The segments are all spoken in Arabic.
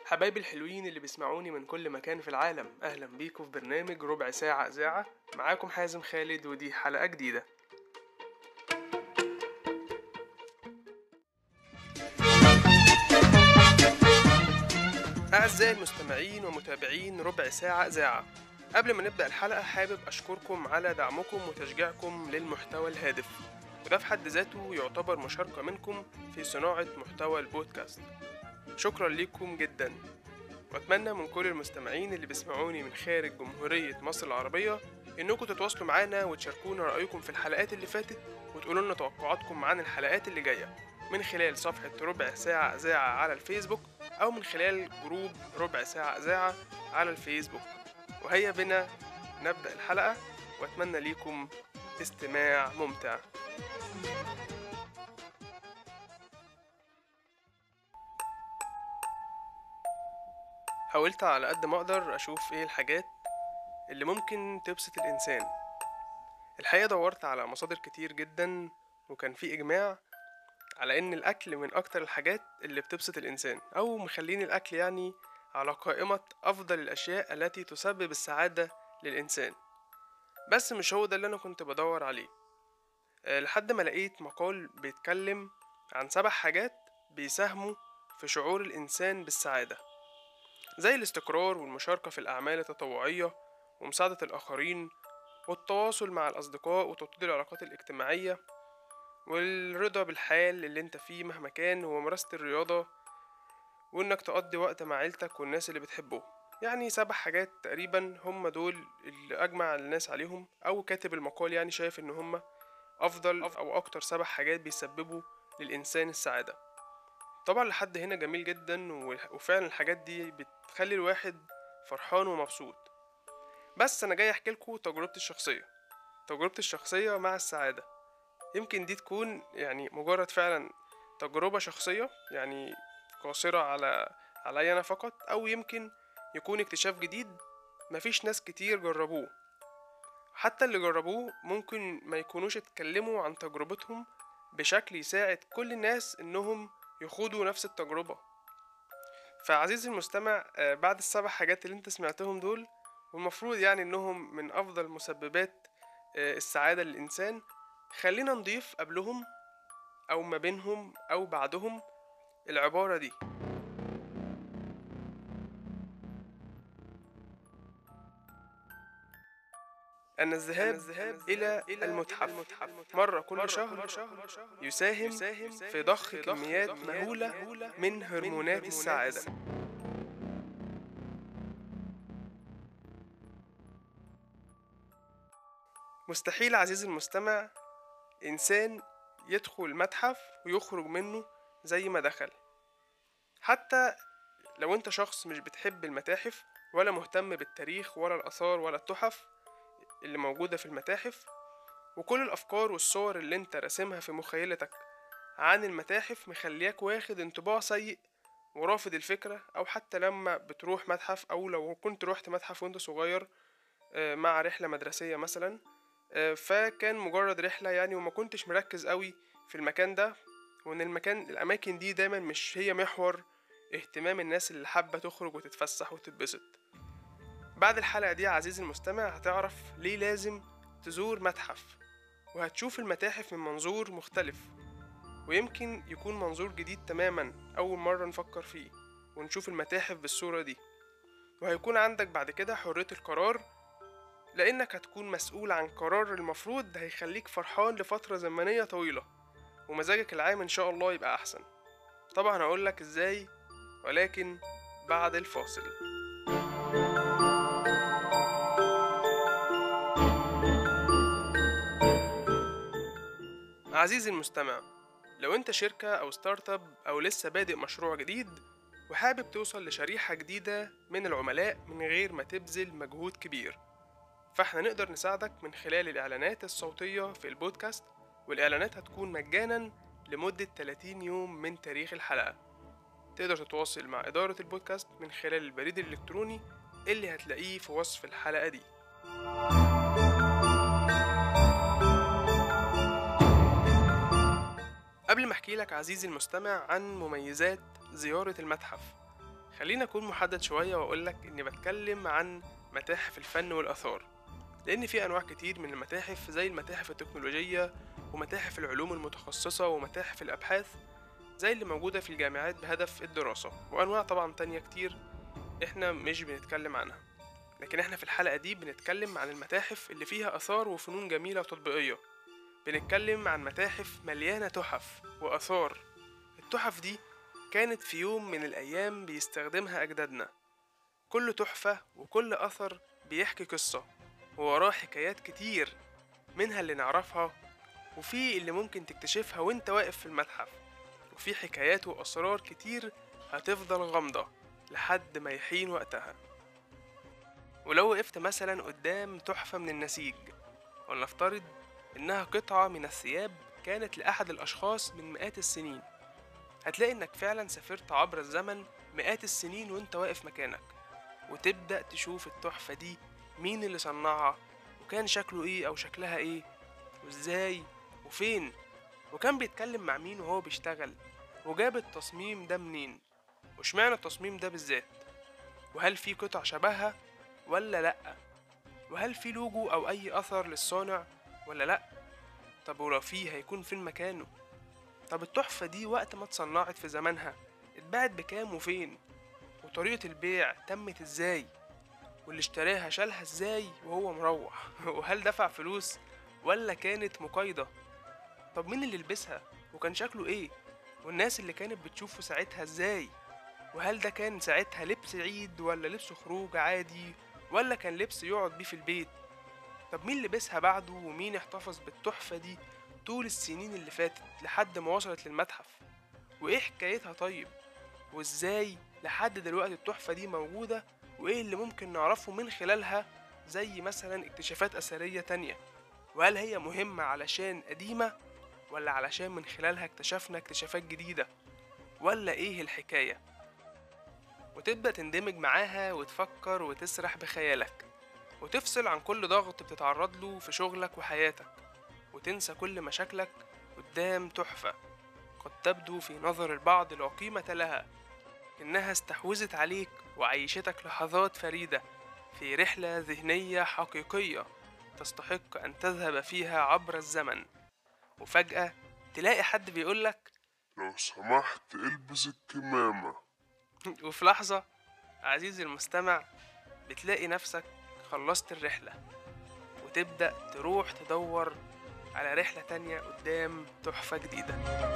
حبايبي الحلوين اللي بيسمعوني من كل مكان في العالم، أهلا بيكم في برنامج ربع ساعة إذاعة. معاكم حازم خالد ودي حلقة جديدة. أعزائي المستمعين ومتابعين ربع ساعة إذاعة، قبل ما نبدأ الحلقة حابب أشكركم على دعمكم وتشجيعكم للمحتوى الهادف، وده في حد ذاته يعتبر مشاركة منكم في صناعة محتوى البودكاست. شكرا لكم جدا، واتمنى من كل المستمعين اللي بيسمعوني من خارج جمهورية مصر العربية انكم تتواصلوا معانا وتشاركونا رأيكم في الحلقات اللي فاتت، وتقولوا لنا توقعاتكم عن الحلقات اللي جاية من خلال صفحة ربع ساعة إذاعة على الفيسبوك او من خلال جروب ربع ساعة إذاعة على الفيسبوك. وهيا بنا نبدأ الحلقة، واتمنى ليكم استماع ممتع. حاولت على قد ما اقدر اشوف ايه الحاجات اللي ممكن تبسط الانسان. الحقيقة دورت على مصادر كتير جدا، وكان في اجماع على ان الاكل من اكتر الحاجات اللي بتبسط الانسان، او مخلين الاكل يعني على قائمة افضل الاشياء التي تسبب السعادة للانسان. بس مش هو ده اللي انا كنت بدور عليه، لحد ما لقيت مقال بيتكلم عن 7 حاجات بيساهموا في شعور الانسان بالسعادة، زي الاستقرار والمشاركة في الأعمال التطوعية ومساعدة الآخرين والتواصل مع الأصدقاء وتطوير العلاقات الاجتماعية والرضا بالحال اللي انت فيه مهما كان، وممارسة الرياضة، وانك تقضي وقت مع عيلتك والناس اللي بتحبهم. يعني 7 حاجات تقريبا هم دول اللي أجمع الناس عليهم، أو كاتب المقال يعني شايف ان هم أفضل أو أكتر 7 حاجات بيسببوا للإنسان السعادة. طبعا لحد هنا جميل جدا، وفعلا الحاجات دي بتخلي الواحد فرحان ومبسوط. بس انا جاي احكي لكم تجربتي الشخصيه مع السعاده. يمكن دي تكون يعني مجرد فعلا تجربه شخصيه، يعني قاصره علي انا فقط، او يمكن يكون اكتشاف جديد مفيش ناس كتير جربوه. حتى اللي جربوه ممكن ما يكونوش اتكلموا عن تجربتهم بشكل يساعد كل الناس انهم يخوضوا نفس التجربة. فعزيزي المستمع، بعد ال7 حاجات اللي انت سمعتهم دول، والمفروض يعني انهم من افضل مسببات السعادة للانسان، خلينا نضيف قبلهم او ما بينهم او بعدهم العبارة دي: أن الذهاب إلى المتحف مرة كل شهر يساهم في ضخ كميات مهولة من هرمونات السعادة. مستحيل عزيزي المستمع إنسان يدخل متحف ويخرج منه زي ما دخل. حتى لو أنت شخص مش بتحب المتاحف ولا مهتم بالتاريخ ولا الآثار ولا التحف اللي موجودة في المتاحف، وكل الأفكار والصور اللي انت راسمها في مخيلتك عن المتاحف مخلياك واخد انطباع سيء ورافض الفكرة، أو حتى لما بتروح متحف، أو لو كنت روحت متحف وانت صغير مع رحلة مدرسية مثلا، فكان مجرد رحلة يعني، وما كنتش مركز قوي في المكان ده، وان الأماكن دي دايما مش هي محور اهتمام الناس اللي حابة تخرج وتتفسح وتتبسط. بعد الحلقة دي عزيزي المستمع هتعرف ليه لازم تزور متحف، وهتشوف المتاحف من منظور مختلف، ويمكن يكون منظور جديد تماما أول مرة نفكر فيه ونشوف المتاحف بالصورة دي. وهيكون عندك بعد كده حرية القرار، لأنك هتكون مسؤول عن قرار المفروض هيخليك فرحان لفترة زمنية طويلة، ومزاجك العام إن شاء الله يبقى أحسن. طبعا هقولك إزاي، ولكن بعد الفاصل. عزيزي المستمع، لو انت شركة او ستارت اب او لسه بادئ مشروع جديد وحابب توصل لشريحة جديدة من العملاء من غير ما تبذل مجهود كبير، فاحنا نقدر نساعدك من خلال الاعلانات الصوتية في البودكاست، والاعلانات هتكون مجانا لمدة 30 يوم من تاريخ الحلقة. تقدر تتواصل مع إدارة البودكاست من خلال البريد الإلكتروني اللي هتلاقيه في وصف الحلقة دي. قبل ما احكي لك عزيزي المستمع عن مميزات زيارة المتحف، خليني أكون محدد شوية وأقولك إني بتكلم عن متاحف الفن والآثار، لأن في أنواع كتير من المتاحف زي المتاحف التكنولوجية ومتاحف العلوم المتخصصة ومتاحف الأبحاث زي اللي موجودة في الجامعات بهدف الدراسة، وأنواع طبعا تانية كتير إحنا مش بنتكلم عنها. لكن إحنا في الحلقة دي بنتكلم عن المتاحف اللي فيها آثار وفنون جميلة وتطبيقية. بنتكلم عن متاحف مليانة تحف وآثار. التحف دي كانت في يوم من الأيام بيستخدمها أجدادنا. كل تحفة وكل أثر بيحكي قصة ووراه حكايات كتير، منها اللي نعرفها وفي اللي ممكن تكتشفها وانت واقف في المتحف، وفي حكايات وأسرار كتير هتفضل غامضة لحد ما يحين وقتها. ولو وقفت مثلا قدام تحفة من النسيج، ولنفترض إنها قطعة من الثياب كانت لأحد الأشخاص من مئات السنين، هتلاقي إنك فعلا سافرت عبر الزمن مئات السنين وإنت واقف مكانك، وتبدأ تشوف التحفة دي مين اللي صنعها، وكان شكله إيه أو شكلها إيه، وإزاي، وفين، وكان بيتكلم مع مين وهو بيشتغل، وجاب التصميم ده منين، واشمعنى التصميم ده بالذات، وهل في قطع شبهها ولا لأ، وهل في لوجو أو أي أثر للصانع ولا لأ. طب ولو فيه هيكون فين مكانه؟ طب التحفة دي وقت ما اتصنعت في زمانها اتباعت بكام وفين، وطريقة البيع تمت ازاي، واللي اشتراها شالها ازاي وهو مروح وهل دفع فلوس ولا كانت مقايضة؟ طب مين اللي لبسها وكان شكله ايه، والناس اللي كانت بتشوفه ساعتها ازاي، وهل ده كان ساعتها لبس عيد ولا لبس خروج عادي ولا كان لبس يقعد بيه في البيت؟ طب مين لبسها بعده ومين احتفظ بالتحفة دي طول السنين اللي فاتت لحد ما وصلت للمتحف، وايه حكايتها طيب، وازاي لحد دلوقتي التحفة دي موجودة، وايه اللي ممكن نعرفه من خلالها زي مثلا اكتشافات أثرية تانية، وهل هي مهمة علشان قديمة ولا علشان من خلالها اكتشفنا اكتشافات جديدة، ولا ايه الحكاية؟ وتبدأ تندمج معاها وتفكر وتسرح بخيالك، وتفصل عن كل ضغط بتتعرض له في شغلك وحياتك، وتنسى كل مشاكلك قدام تحفة قد تبدو في نظر البعض لا قيمة لها، إنها استحوذت عليك وعيشتك لحظات فريدة في رحلة ذهنية حقيقية تستحق أن تذهب فيها عبر الزمن. وفجأة تلاقي حد بيقولك لو سمحت البس الكمامة. وفي لحظة عزيزي المستمع بتلاقي نفسك خلصت الرحلة، وتبدأ تروح تدور على رحلة تانية قدام تحفة جديدة.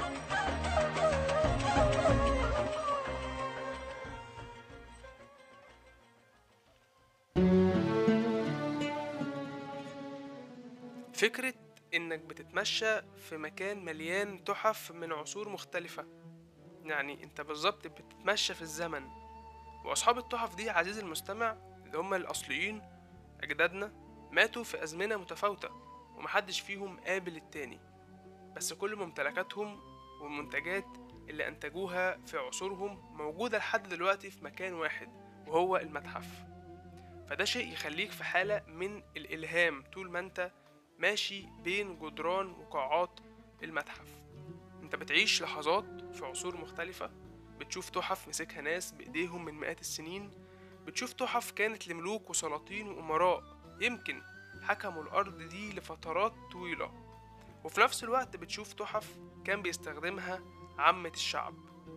فكرة إنك بتتمشى في مكان مليان تحف من عصور مختلفة، يعني انت بالظبط بتتمشى في الزمن، وأصحاب التحف دي عزيزي المستمع اللي هم الأصليين أجدادنا ماتوا في أزمنة متفاوتة، ومحدش فيهم قابل التاني، بس كل ممتلكاتهم والمنتجات اللي أنتجوها في عصورهم موجودة لحد دلوقتي في مكان واحد وهو المتحف. فده شيء يخليك في حالة من الإلهام طول ما انت ماشي بين جدران وقاعات المتحف. انت بتعيش لحظات في عصور مختلفة، بتشوف تحف مسكها ناس بإيديهم من مئات السنين، بتشوف تحف كانت لملوك وسلاطين وأمراء يمكن حكموا الأرض دي لفترات طويلة، وفي نفس الوقت بتشوف تحف كان بيستخدمها عامة الشعب.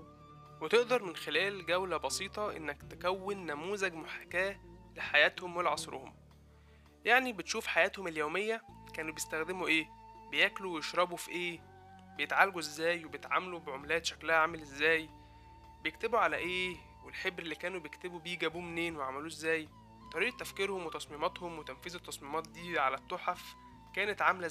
وتقدر من خلال جولة بسيطة إنك تكون نموذج محاكاة لحياتهم ولعصرهم. يعني بتشوف حياتهم اليومية، كانوا بيستخدموا إيه، بياكلوا ويشربوا في إيه، بيتعالجوا إزاي، وبيتعاملوا بعملات شكلها عامل إزاي، بيكتبوا على إيه، والحبر اللي كانوا بيكتبوا بيه جابوه منين وعملوه إزاي، طريقة تفكيرهم وتصميماتهم وتنفيذ التصميمات دي على التحف كانت عاملة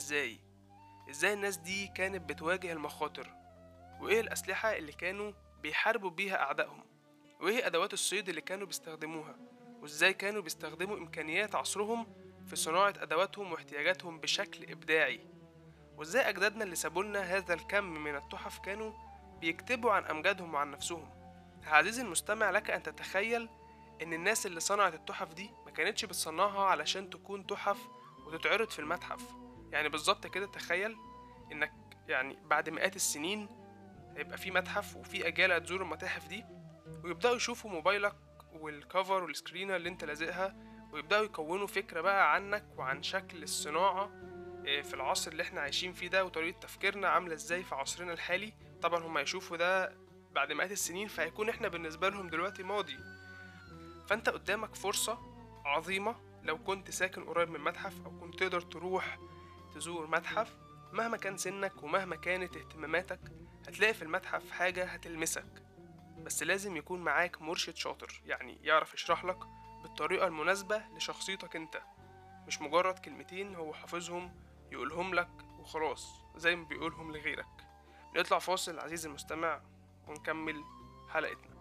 إزاي الناس دي كانت بتواجه المخاطر، وإيه الأسلحة اللي كانوا بيحاربوا بيها أعدائهم، وإيه أدوات الصيد اللي كانوا بيستخدموها، وإزاي كانوا بيستخدموا إمكانيات عصرهم في صناعة أدواتهم واحتياجاتهم بشكل إبداعي، وإزاي أجدادنا اللي سابولنا هذا الكم من التحف كانوا بيكتبوا عن أمجادهم وعن نفسهم. عزيزي المستمع، لك أن تتخيل إن الناس اللي صنعت التحف دي ما كانتش بتصنعها علشان تكون تحف وتتعرض في المتحف. يعني بالظبط كده تخيل إنك يعني بعد مئات السنين هيبقى في متحف وفي أجيال هتزور المتاحف دي، ويبدأوا يشوفوا موبايلك والكفر والسكرينة اللي انت لازقها، ويبدأوا يكونوا فكرة بقى عنك وعن شكل الصناعة في العصر اللي احنا عايشين فيه ده، وطريقة تفكيرنا عاملة ازاي في عصرنا الحالي. طبعا هم يشوفوا ده بعد مئات السنين، فهيكون احنا بالنسبة لهم دلوقتي ماضي. فانت قدامك فرصة عظيمة لو كنت ساكن قريب من متحف، او كنت تقدر تروح تزور متحف. مهما كان سنك ومهما كانت اهتماماتك، هتلاقي في المتحف حاجة هتلمسك. بس لازم يكون معاك مرشد شاطر، يعني يعرف يشرح لك بالطريقة المناسبة لشخصيتك انت، مش مجرد كلمتين هو حافظهم يقولهم لك وخلاص زي ما بيقولهم لغيرك. نطلع فاصل عزيزي المستمع ونكمل حلقتنا.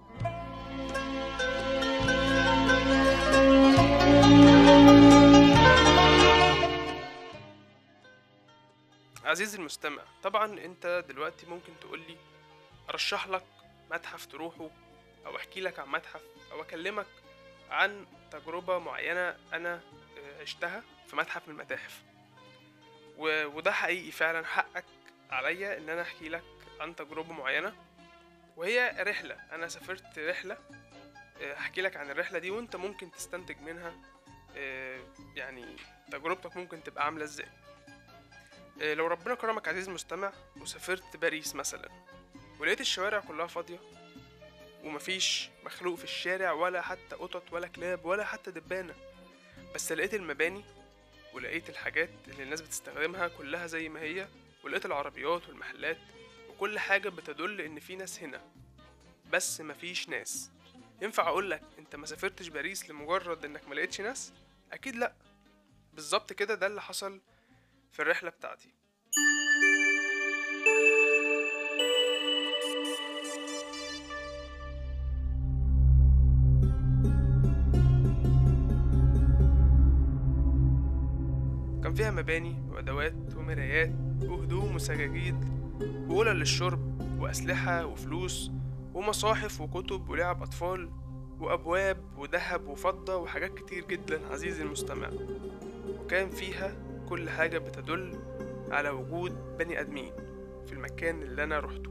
عزيزي المستمع، طبعا انت دلوقتي ممكن تقولي ارشح لك متحف تروحه، او احكي لك عن متحف، او اكلمك عن تجربة معينة انا عشتها في متحف من المتاحف. وده حقيقي فعلا حقك عليا ان انا احكي لك عن تجربة معينة، وهي رحلة انا سافرت رحلة. احكي لك عن الرحلة دي وانت ممكن تستنتج منها يعني تجربتك ممكن تبقى عاملة ازاي. لو ربنا كرمك عزيزي المستمع وسافرت باريس مثلا، ولقيت الشوارع كلها فاضية ومفيش مخلوق في الشارع، ولا حتى قطط ولا كلاب ولا حتى دبانة، بس لقيت المباني ولقيت الحاجات اللي الناس بتستخدمها كلها زي ما هي، ولقيت العربيات والمحلات وكل حاجة بتدل ان في ناس هنا، بس مفيش ناس. ينفع اقولك انت ما سافرتش باريس لمجرد انك ما لقيتش ناس؟ اكيد لا. بالظبط كده ده اللي حصل في الرحلة بتاعتي. كان فيها مباني وأدوات ومرايات وهدوم وسجاجيد وقلل للشرب وأسلحة وفلوس ومصاحف وكتب ولعب أطفال وأبواب وذهب وفضة وحاجات كتير جدا عزيزي المستمع. وكان فيها كل حاجة بتدل على وجود بني آدمين في المكان اللي أنا روحته،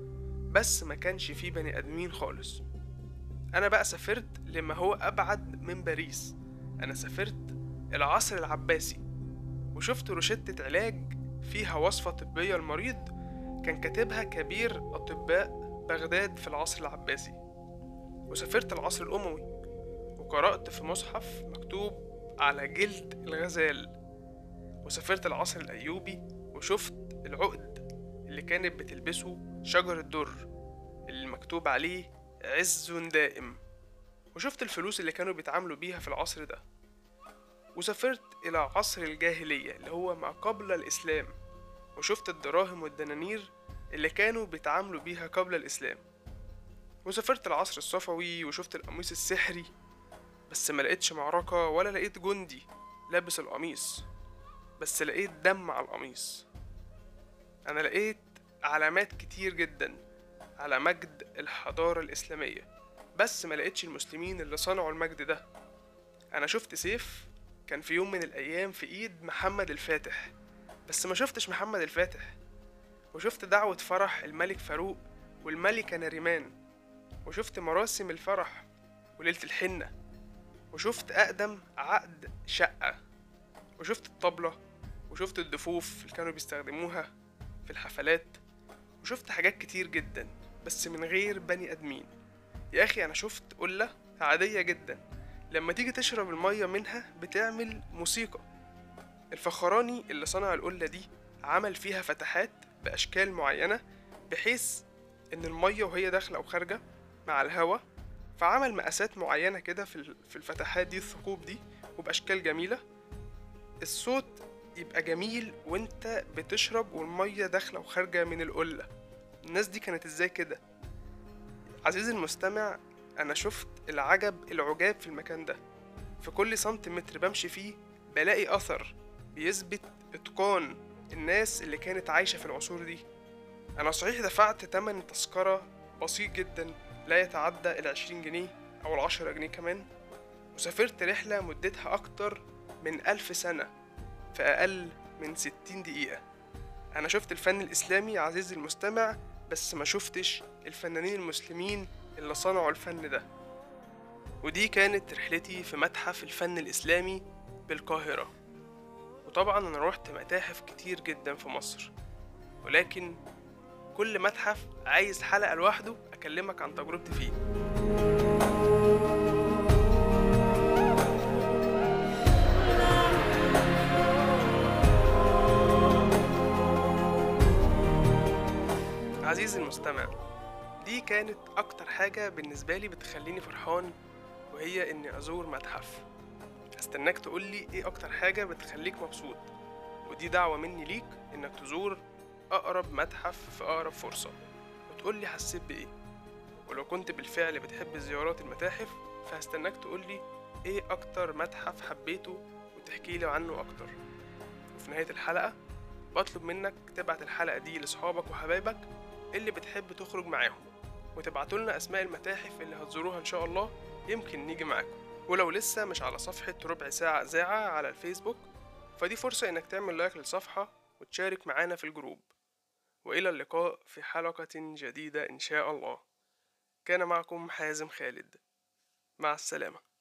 بس ما كانش فيه بني آدمين خالص. أنا بقى سافرت لما هو أبعد من باريس. أنا سافرت العصر العباسي، وشفت روشتة علاج فيها وصفة طبية المريض كان كاتبها كبير أطباء بغداد في العصر العباسي. وسافرت العصر الأموي وقرأت في مصحف مكتوب على جلد الغزال. وسافرت العصر الأيوبي وشفت العقد اللي كانت بتلبسه شجر الدر اللي مكتوب عليه عز دائم. وشفت الفلوس اللي كانوا بيتعاملوا بيها في العصر ده. وسافرت إلى عصر الجاهلية اللي هو ما قبل الإسلام، وشفت الدراهم والدنانير اللي كانوا بيتعاملوا بيها قبل الإسلام. وسافرت العصر الصفوي وشفت القميص السحري، بس ما لقيتش معركة ولا لقيت جندي لابس القميص، بس لقيت دم على القميص. أنا لقيت علامات كتير جدا على مجد الحضارة الإسلامية، بس ما لقيتش المسلمين اللي صنعوا المجد ده. أنا شفت سيف كان في يوم من الأيام في إيد محمد الفاتح، بس ما شفتش محمد الفاتح. وشفت دعوة فرح الملك فاروق والملكة نريمان، وشفت مراسم الفرح وليلة الحنة، وشفت أقدم عقد شقة، وشفت الطبلة، وشفت الدفوف اللي كانوا بيستخدموها في الحفلات، وشفت حاجات كتير جدا بس من غير بني أدمين. يا أخي أنا شفت قلة عادية جدا لما تيجي تشرب المية منها بتعمل موسيقى. الفخراني اللي صنع القلة دي عمل فيها فتحات بأشكال معينة بحيث إن المية وهي داخلة وخارجة مع الهواء، فعمل مقاسات معينة كده في الفتحات دي، الثقوب دي، وبأشكال جميلة. الصوت يبقى جميل وانت بتشرب والمية داخلة وخارجة من القلة. الناس دي كانت ازاي كده؟ عزيزي المستمع، انا شفت العجاب في المكان ده. في كل سنتيمتر بمشي فيه بلاقي اثر بيثبت اتقان الناس اللي كانت عايشة في العصور دي. انا صحيح دفعت تمن تذكرة بسيط جدا لا يتعدى 20 جنيه او 10 جنيه كمان، وسافرت رحلة مدتها اكتر من 1000 سنة في اقل من 60 دقيقة. انا شفت الفن الاسلامي عزيزي المستمع، بس ما شفتش الفنانين المسلمين اللي صنعوا الفن ده. ودي كانت رحلتي في متحف الفن الإسلامي بالقاهرة. وطبعا أنا روحت متاحف كتير جدا في مصر، ولكن كل متحف عايز حلقة لوحده أكلمك عن تجربتي فيه. عزيزي المستمع، دي كانت أكتر حاجة بالنسبة لي بتخليني فرحان، وهي إني أزور متحف. هستناك تقولي إيه أكتر حاجة بتخليك مبسوط، ودي دعوة مني ليك إنك تزور أقرب متحف في أقرب فرصة وتقولي حسيت بإيه. ولو كنت بالفعل بتحب زيارات المتاحف فهستناك تقولي إيه أكتر متحف حبيته وتحكيلي عنه أكتر. وفي نهاية الحلقة بطلب منك تبعت الحلقة دي لصحابك وحبايبك اللي بتحب تخرج معاهم، وتبعتولنا أسماء المتاحف اللي هتزوروها إن شاء الله، يمكن نيجي معاكم. ولو لسه مش على صفحة ربع ساعة إذاعة على الفيسبوك فدي فرصة إنك تعمل لايك للصفحة وتشارك معانا في الجروب. وإلى اللقاء في حلقة جديدة إن شاء الله. كان معكم حازم خالد، مع السلامة.